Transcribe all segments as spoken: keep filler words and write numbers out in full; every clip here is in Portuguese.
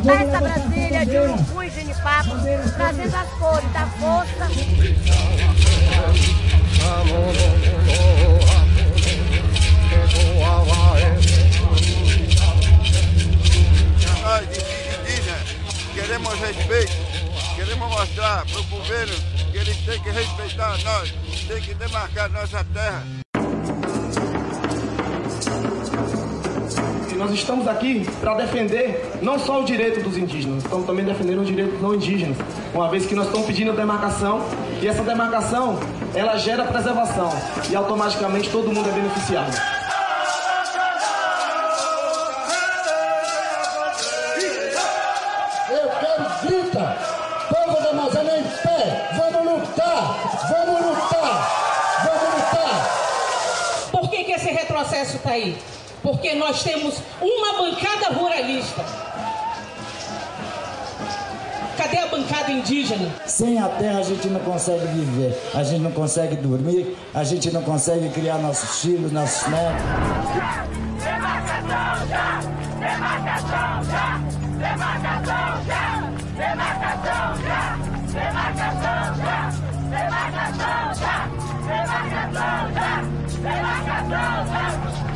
levantar essa Brasília de Urucu e Genipapo, trazendo as cores da força. Nós, indígenas, queremos respeito, queremos mostrar para o governo que eles têm que respeitar nós, têm que demarcar nossa terra. E nós estamos aqui para defender não só o direito dos indígenas, estamos também defendendo os direitos não indígenas, uma vez que nós estamos pedindo demarcação, e essa demarcação, ela gera preservação, e automaticamente todo mundo é beneficiado. Eu quero grita, povo da Amazônia em pé, vamos lutar, vamos lutar, vamos lutar. Por que que esse retrocesso está aí? Porque nós temos uma bancada ruralista. Cadê a bancada indígena? Sem a terra a gente não consegue viver, a gente não consegue dormir, a gente não consegue criar nossos filhos, nossos netos. Demarcação já! Demarcação já! Demarcação já! Demarcação já! Demarcação já! Demarcação já! Demarcação já! Demarcação já!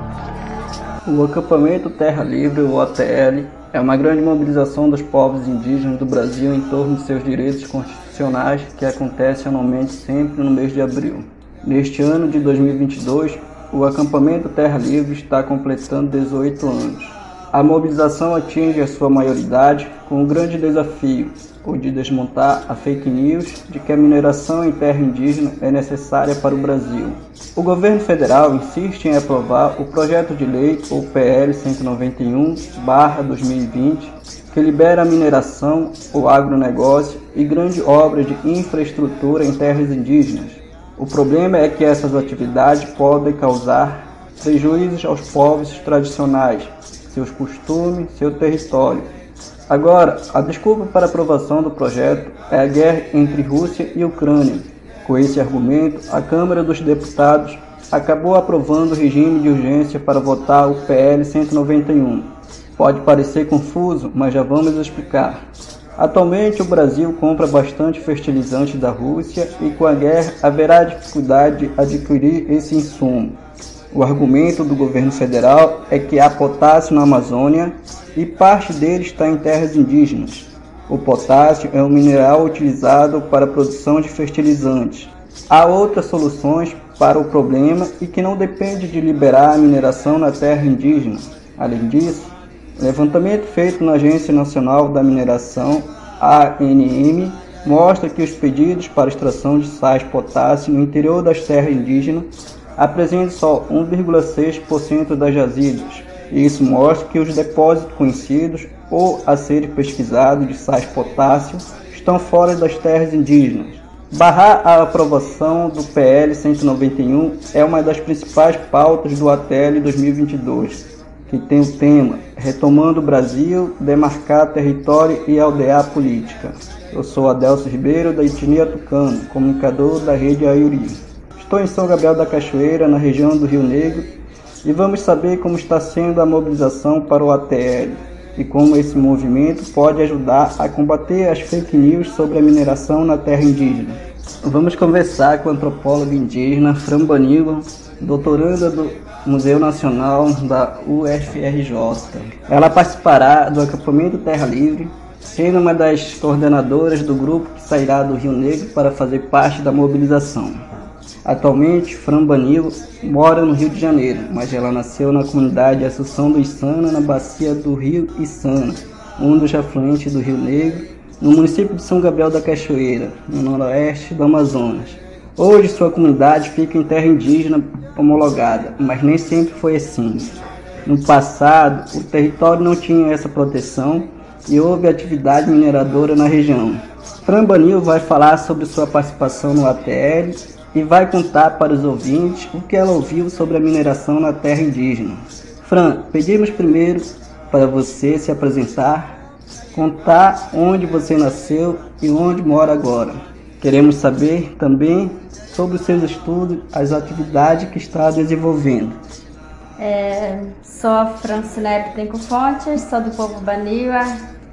O acampamento Terra Livre, o A T L, é uma grande mobilização dos povos indígenas do Brasil em torno de seus direitos constitucionais que acontece anualmente sempre no mês de abril. Neste ano de dois mil e vinte e dois, o acampamento Terra Livre está completando dezoito anos. A mobilização atinge a sua maioridade com um grande desafio, o de desmontar a fake news de que a mineração em terra indígena é necessária para o Brasil. O governo federal insiste em aprovar o projeto de lei, o P L cento e noventa e um barra dois mil e vinte, que libera a mineração, o agronegócio e grande obra de infraestrutura em terras indígenas. O problema é que essas atividades podem causar prejuízos aos povos tradicionais, seus costumes, seu território. Agora, a desculpa para a aprovação do projeto é a guerra entre Rússia e Ucrânia. Com esse argumento, a Câmara dos Deputados acabou aprovando o regime de urgência para votar o P L cento e noventa e um. Pode parecer confuso, mas já vamos explicar. Atualmente, o Brasil compra bastante fertilizante da Rússia e com a guerra haverá dificuldade de adquirir esse insumo. O argumento do governo federal é que há potássio na Amazônia e parte dele está em terras indígenas. O potássio é um mineral utilizado para a produção de fertilizantes. Há outras soluções para o problema e que não depende de liberar a mineração na terra indígena. Além disso, o levantamento feito na Agência Nacional da Mineração, A N M, mostra que os pedidos para extração de sais potássio no interior das terras indígenas apresentam só um vírgula seis por cento das jazidas. Isso mostra que os depósitos conhecidos ou a serem pesquisados de sais potássio estão fora das terras indígenas. Barrar a aprovação do P L cento e noventa e um é uma das principais pautas do A T L dois mil e vinte e dois, que tem o tema Retomando o Brasil, Demarcar Território e Aldear Política. Eu sou Adelso Ribeiro, da etnia tucano, comunicador da Rede Ayuri. Estou em São Gabriel da Cachoeira, na região do Rio Negro, e vamos saber como está sendo a mobilização para o A T L e como esse movimento pode ajudar a combater as fake news sobre a mineração na terra indígena. Vamos conversar com a antropóloga indígena Fran Banilo, doutoranda do Museu Nacional da U F R J. Ela participará do acampamento Terra Livre, sendo uma das coordenadoras do grupo que sairá do Rio Negro para fazer parte da mobilização. Atualmente, Fran Banilo mora no Rio de Janeiro, mas ela nasceu na comunidade Assunção do Içana, na bacia do Rio Içana, um dos afluentes do Rio Negro, no município de São Gabriel da Cachoeira, no noroeste do Amazonas. Hoje, sua comunidade fica em terra indígena homologada, mas nem sempre foi assim. No passado, o território não tinha essa proteção e houve atividade mineradora na região. Fran Banilo vai falar sobre sua participação no A T L e vai contar para os ouvintes o que ela ouviu sobre a mineração na terra indígena. Fran, pedimos primeiro para você se apresentar, contar onde você nasceu e onde mora agora. Queremos saber também sobre os seus estudos, as atividades que está desenvolvendo. É, sou a Francilene Tenco Fontes, sou do povo Baniwa,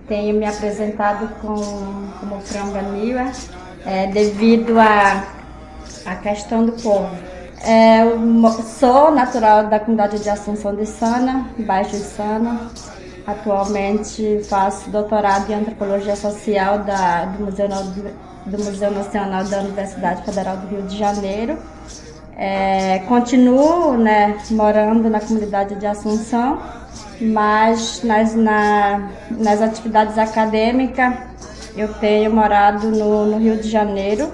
tenho me apresentado com, como Franganiwa é, devido à a, a questão do povo. É, eu sou natural da comunidade de Assunção de Sana, Baixo de Sana. Atualmente faço doutorado em Antropologia Social da, do, Museu, do Museu Nacional da Universidade Federal do Rio de Janeiro. É, continuo, né, morando na comunidade de Assunção, mas nas, na, nas atividades acadêmicas eu tenho morado no, no Rio de Janeiro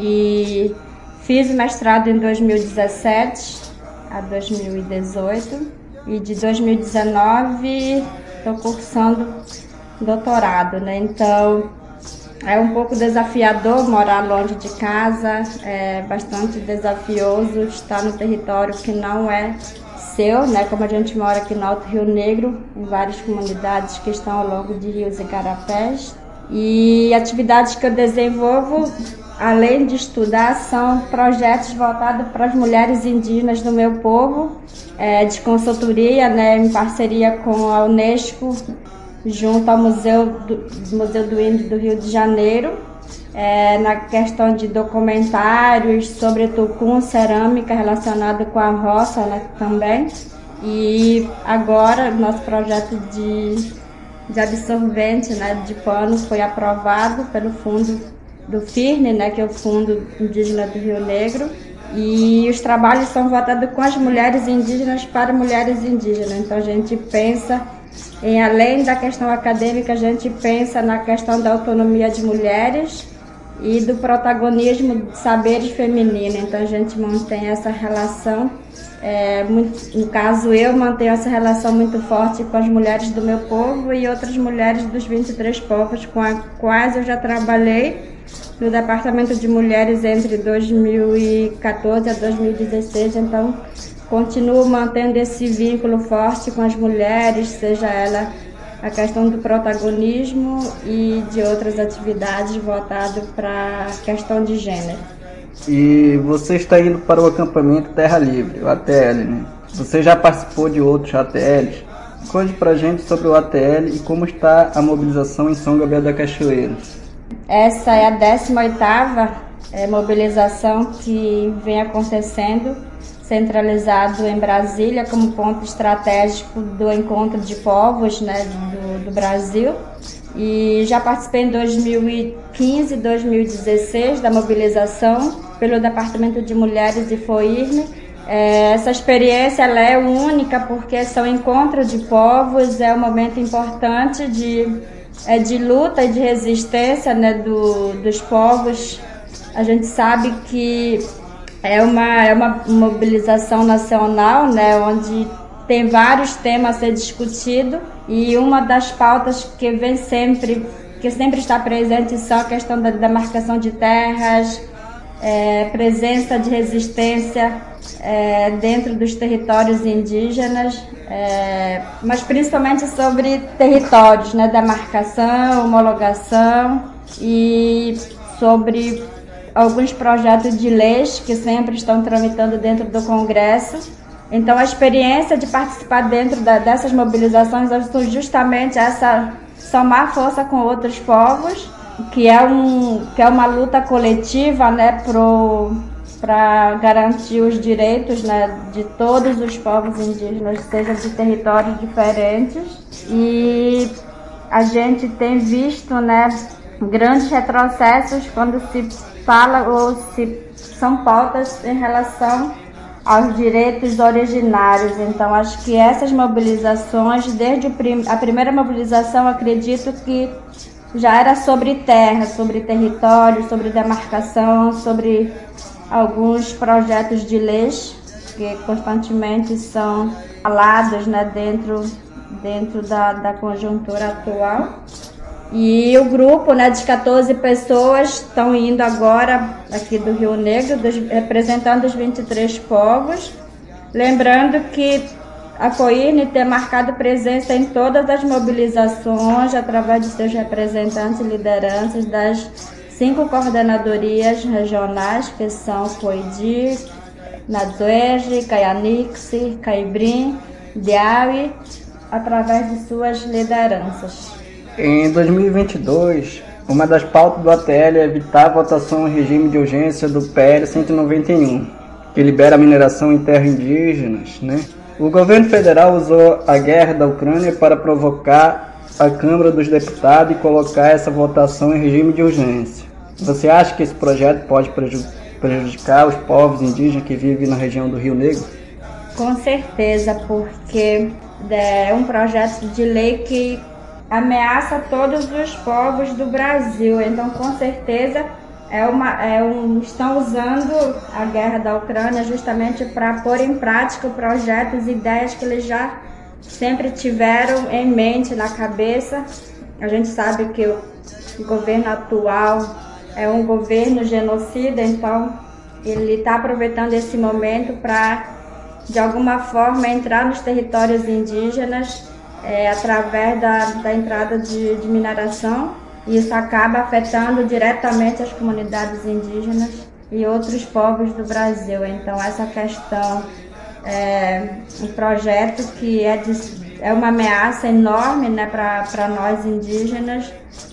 e fiz mestrado em dois mil e dezessete a dois mil e dezoito e de dois mil e dezenove estou cursando doutorado, né? Então é um pouco desafiador morar longe de casa, é bastante desafioso estar no território que não é seu, né? Como a gente mora aqui no Alto Rio Negro, em várias comunidades que estão ao longo de rios e igarapés. E atividades que eu desenvolvo, além de estudar, são projetos voltados para as mulheres indígenas do meu povo, é, de consultoria, né, em parceria com a Unesco, junto ao Museu do, Museu do Índio do Rio de Janeiro, é, na questão de documentários sobre tucum, cerâmica relacionada com a roça, né, também. E agora nosso projeto de, de absorvente, né, de pano foi aprovado pelo fundo do F I R N, né, que é o Fundo Indígena do Rio Negro. E os trabalhos são voltados com as mulheres indígenas para mulheres indígenas. Então a gente pensa em, além da questão acadêmica, a gente pensa na questão da autonomia de mulheres e do protagonismo de saberes femininos. Então a gente mantém essa relação, é, muito, no caso eu mantenho essa relação muito forte com as mulheres do meu povo e outras mulheres dos vinte e três povos com as quais eu já trabalhei no Departamento de Mulheres entre dois mil e quatorze a dois mil e dezesseis. Então continuo mantendo esse vínculo forte com as mulheres, seja ela a questão do protagonismo e de outras atividades voltadas para a questão de gênero. E você está indo para o acampamento Terra Livre, o A T L, né? Você já participou de outros A T Ls? Conte pra gente sobre o A T L e como está a mobilização em São Gabriel da Cachoeira. Essa é a décima oitava é, mobilização que vem acontecendo, centralizado em Brasília como ponto estratégico do encontro de povos, né, do, do Brasil. E já participei em dois mil e quinze e dois mil e dezesseis da mobilização pelo Departamento de Mulheres e F O I R N. É, essa experiência ela é única porque são encontros de povos, é um momento importante de, é, de luta e de resistência, né, do, dos povos. A gente sabe que é uma, é uma mobilização nacional, né, onde tem vários temas a ser discutidos e uma das pautas que vem sempre, que sempre está presente são a questão da demarcação de terras, é, presença de resistência é, dentro dos territórios indígenas, é, mas principalmente sobre territórios, né, demarcação, homologação e sobre alguns projetos de leis que sempre estão tramitando dentro do Congresso. Então, a experiência de participar dentro da, dessas mobilizações é justamente essa somar força com outros povos, que é, um, que é uma luta coletiva, né, para garantir os direitos, né, de todos os povos indígenas, seja de territórios diferentes. E a gente tem visto, né, grandes retrocessos quando se fala ou se são pautas em relação aos direitos originários. Então, acho que essas mobilizações, desde a primeira mobilização, acredito que já era sobre terra, sobre território, sobre demarcação, sobre alguns projetos de leis que constantemente são falados, né, dentro, dentro da, da conjuntura atual. E o grupo, né, de quatorze pessoas estão indo agora aqui do Rio Negro, dos, representando os vinte e três povos. Lembrando que a F O I R N tem marcado presença em todas as mobilizações, através de seus representantes e lideranças das cinco coordenadorias regionais, que são Coidi, Naduerge, Caianixi, Caibrim, Diaui, através de suas lideranças. Em dois mil e vinte e dois, uma das pautas do A T L é evitar a votação em regime de urgência do P L cento e noventa e um, que libera a mineração em terras indígenas, né? O governo federal usou a guerra da Ucrânia para provocar a Câmara dos Deputados e colocar essa votação em regime de urgência. Você acha que esse projeto pode prejudicar os povos indígenas que vivem na região do Rio Negro? Com certeza, porque é um projeto de lei que ameaça todos os povos do Brasil. Então, com certeza, é uma, é um, estão usando a guerra da Ucrânia justamente para pôr em prática projetos e ideias que eles já sempre tiveram em mente, na cabeça. A gente sabe que o governo atual é um governo genocida, então ele está aproveitando esse momento para, de alguma forma, entrar nos territórios indígenas é, através da, da entrada de, de mineração. E isso acaba afetando diretamente as comunidades indígenas e outros povos do Brasil. Então, essa questão é um projeto que é, de, é uma ameaça enorme, né, para nós indígenas,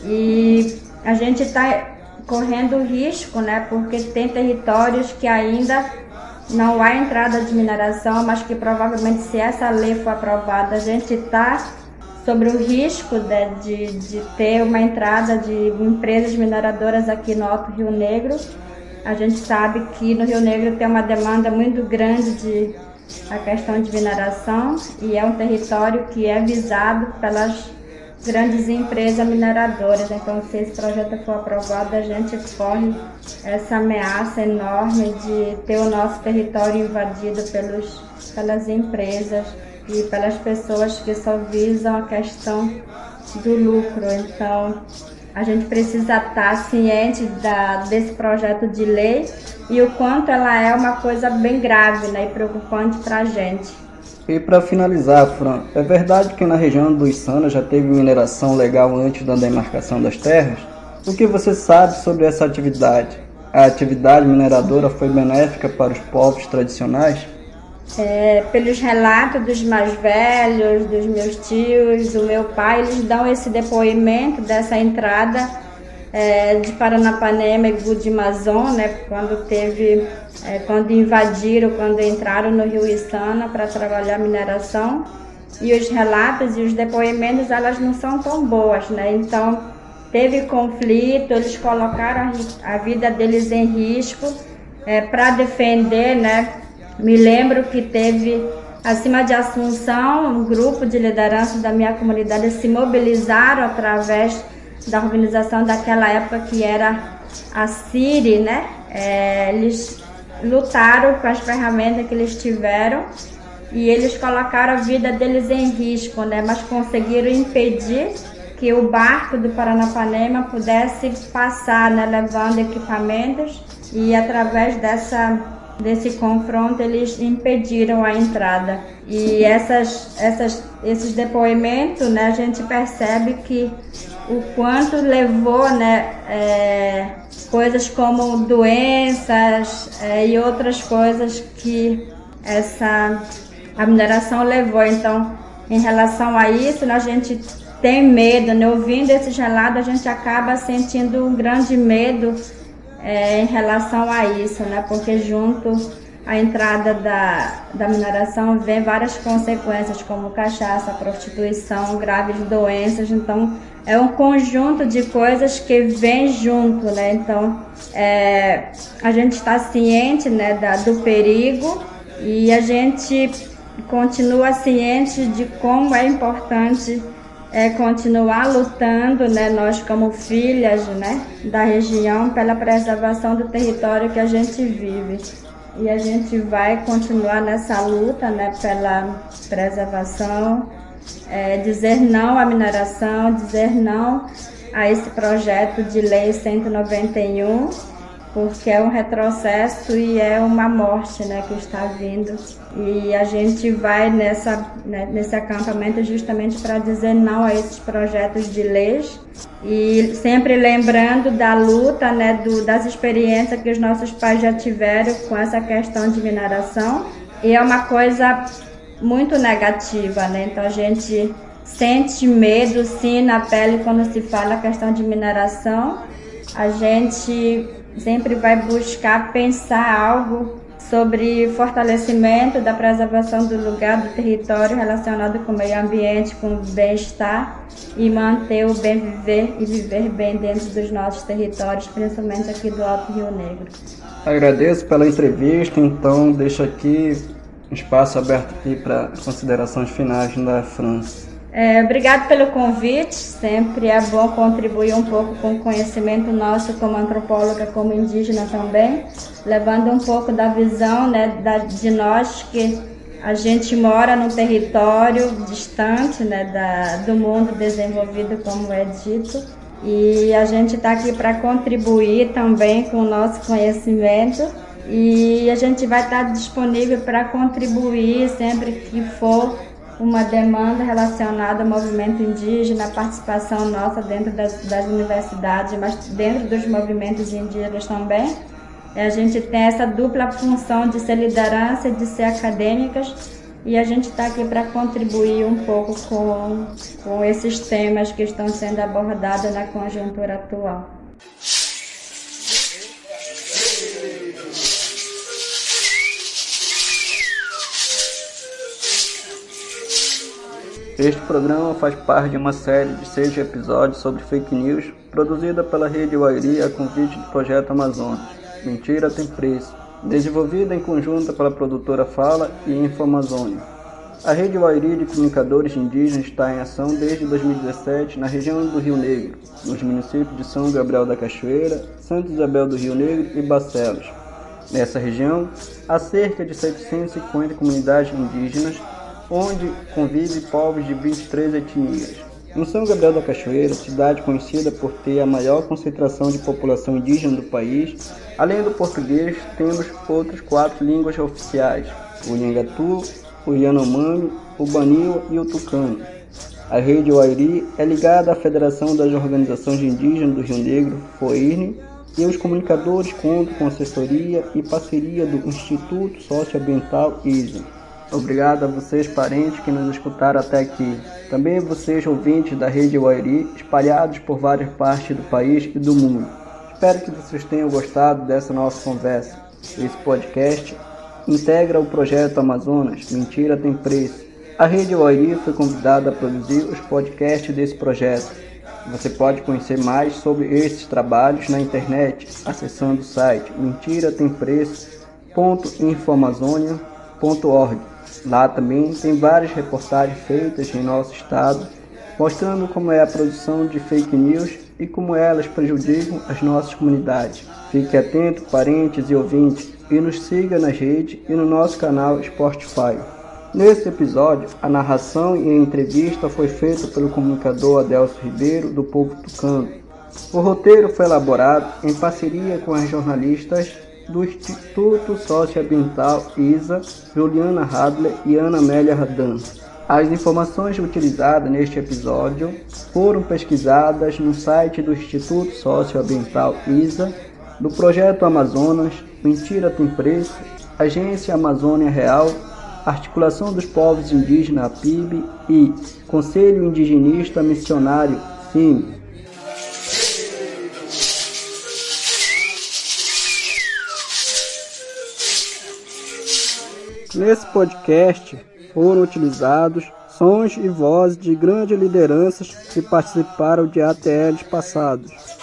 e a gente está correndo risco, né, porque tem territórios que ainda não há entrada de mineração, mas que provavelmente, se essa lei for aprovada, a gente está sobre o risco de, de, de ter uma entrada de empresas mineradoras aqui no Alto Rio Negro. A gente sabe que no Rio Negro tem uma demanda muito grande de a questão de mineração, e é um território que é visado pelas grandes empresas mineradoras. Então, se esse projeto for aprovado, a gente corre essa ameaça enorme de ter o nosso território invadido pelos, pelas empresas e pelas pessoas que só visam a questão do lucro. Então, a gente precisa estar ciente da, desse projeto de lei e o quanto ela é uma coisa bem grave, né, e preocupante para a gente. E para finalizar, Fran, é verdade que na região do Içana já teve mineração legal antes da demarcação das terras? O que você sabe sobre essa atividade? A atividade mineradora foi benéfica para os povos tradicionais? É, pelos relatos dos mais velhos, dos meus tios, do meu pai, eles dão esse depoimento dessa entrada é, de Paranapanema e Gudimazon, né, quando teve, é, quando invadiram, quando entraram no Rio Içana para trabalhar mineração. E os relatos e os depoimentos, elas não são tão boas, né? Então teve conflito, eles colocaram a, a vida deles em risco é, para defender, né? Me lembro que teve, acima de Assunção, um grupo de liderança da minha comunidade se mobilizaram através da organização daquela época, que era a C I R I, né? É, eles lutaram com as ferramentas que eles tiveram e eles colocaram a vida deles em risco, né? Mas conseguiram impedir que o barco do Paranapanema pudesse passar, né? Levando equipamentos, e através dessa desse confronto eles impediram a entrada. E essas, essas, esses depoimentos, né, a gente percebe que o quanto levou, né, é, coisas como doenças é, e outras coisas que essa a mineração levou. Então, em relação a isso, a gente tem medo, né? Ouvindo esses relatos, a gente acaba sentindo um grande medo É, em relação a isso, né? Porque junto à entrada da, da mineração vem várias consequências, como cachaça, prostituição, graves doenças. Então é um conjunto de coisas que vem junto, né? Então é, a gente está ciente, né, da, do perigo, e a gente continua ciente de como é importante É continuar lutando, né, nós como filhas, né, da região, pela preservação do território que a gente vive. E a gente vai continuar nessa luta, né, pela preservação, é, dizer não à mineração, dizer não a esse projeto de lei cento e noventa e um, porque é um retrocesso e é uma morte, né, que está vindo. E a gente vai nessa, né, nesse acampamento justamente para dizer não a esses projetos de leis, e sempre lembrando da luta, né, do, das experiências que os nossos pais já tiveram com essa questão de mineração. E é uma coisa muito negativa, né? Então a gente sente medo sim na pele quando se fala a questão de mineração. A gente sempre vai buscar pensar algo sobre fortalecimento da preservação do lugar, do território relacionado com o meio ambiente, com o bem-estar e manter o bem viver e viver bem dentro dos nossos territórios, principalmente aqui do Alto Rio Negro. Agradeço pela entrevista, então deixo aqui um espaço aberto aqui para considerações finais da França. É, obrigado pelo convite, sempre é bom contribuir um pouco com o conhecimento nosso como antropóloga, como indígena também, levando um pouco da visão, né, da, de nós que a gente mora num território distante, né, da, do mundo desenvolvido, como é dito, e a gente está aqui para contribuir também com o nosso conhecimento e a gente vai estar disponível para contribuir sempre que for uma demanda relacionada ao movimento indígena, a participação nossa dentro das, das universidades, mas dentro dos movimentos indígenas também. A gente tem essa dupla função de ser liderança e de ser acadêmicas e a gente está aqui para contribuir um pouco com, com esses temas que estão sendo abordados na conjuntura atual. Este programa faz parte de uma série de seis episódios sobre fake news, produzida pela Rede Wairi a convite do Projeto Amazonas. Mentira tem preço, desenvolvida em conjunto pela produtora Fala e InfoAmazônia. A Rede Wairi de Comunicadores Indígenas está em ação desde dois mil e dezessete na região do Rio Negro, nos municípios de São Gabriel da Cachoeira, Santa Isabel do Rio Negro e Barcelos. Nessa região, há cerca de setecentas e cinquenta comunidades indígenas, onde convivem povos de vinte e três etnias. Em São Gabriel da Cachoeira, cidade conhecida por ter a maior concentração de população indígena do país, além do português, temos outras quatro línguas oficiais, o Nhangatu, o Yanomami, o Baniwa e o Tucano. A Rede Wairi é ligada à Federação das Organizações Indígenas do Rio Negro, FOIRNE, e os comunicadores contam com assessoria e parceria do Instituto Socioambiental I S A. Obrigado a vocês, parentes, que nos escutaram até aqui. Também vocês, ouvintes da Rede Wairi, espalhados por várias partes do país e do mundo. Espero que vocês tenham gostado dessa nossa conversa. Esse podcast integra o Projeto Amazonas, Mentira Tem Preço. A Rede Wairi foi convidada a produzir os podcasts desse projeto. Você pode conhecer mais sobre esses trabalhos na internet, acessando o site mentira tem preço ponto info amazônia ponto org. Lá também tem várias reportagens feitas em nosso estado, mostrando como é a produção de fake news e como elas prejudicam as nossas comunidades. Fique atento, parentes e ouvintes, e nos siga nas redes e no nosso canal Spotify. Nesse episódio, a narração e a entrevista foi feita pelo comunicador Adelso Ribeiro, do Povo Tucano. O roteiro foi elaborado em parceria com as jornalistas do Instituto Socioambiental I S A, Juliana Hadler e Ana Amélia Radan. As informações utilizadas neste episódio foram pesquisadas no site do Instituto Socioambiental I S A, do Projeto Amazonas, Mentira Tem Preço, Agência Amazônia Real, Articulação dos Povos Indígenas, A P I B, e Conselho Indigenista Missionário, S I M. Nesse podcast foram utilizados sons e vozes de grandes lideranças que participaram de A T Ls passados.